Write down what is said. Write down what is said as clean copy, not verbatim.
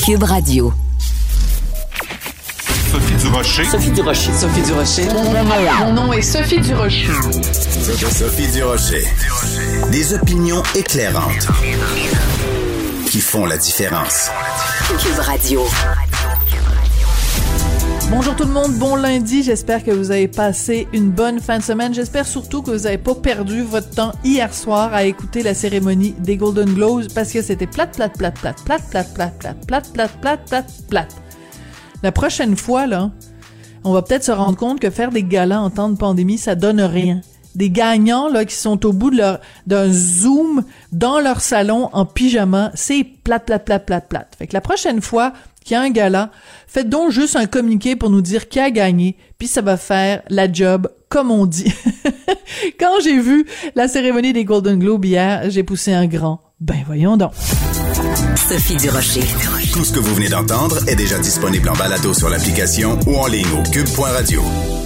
Cube Radio. Sophie Durocher. Sophie Durocher. Sophie Durocher. Mon nom est Sophie Durocher. Sophie Durocher. Des opinions éclairantes qui font la différence. Cube Radio. Bonjour tout le monde, bon lundi, j'espère que vous avez passé une bonne fin de semaine, j'espère surtout que vous n'avez pas perdu votre temps hier soir à écouter la cérémonie des Golden Globes parce que c'était plate. La prochaine fois, là, on va peut-être se rendre compte que faire des galas en temps de pandémie, ça donne rien. Des gagnants, là, qui sont au bout de d'un Zoom dans leur salon en pyjama, c'est plate. Fait que la prochaine fois qu'il y a un gala, faites donc juste un communiqué pour nous dire qui a gagné, puis ça va faire la job, comme on dit. Quand j'ai vu la cérémonie des Golden Globes hier, j'ai poussé un grand « Ben voyons donc ». Sophie Durocher. Tout ce que vous venez d'entendre est déjà disponible en balado sur l'application ou en ligne au cube.radio.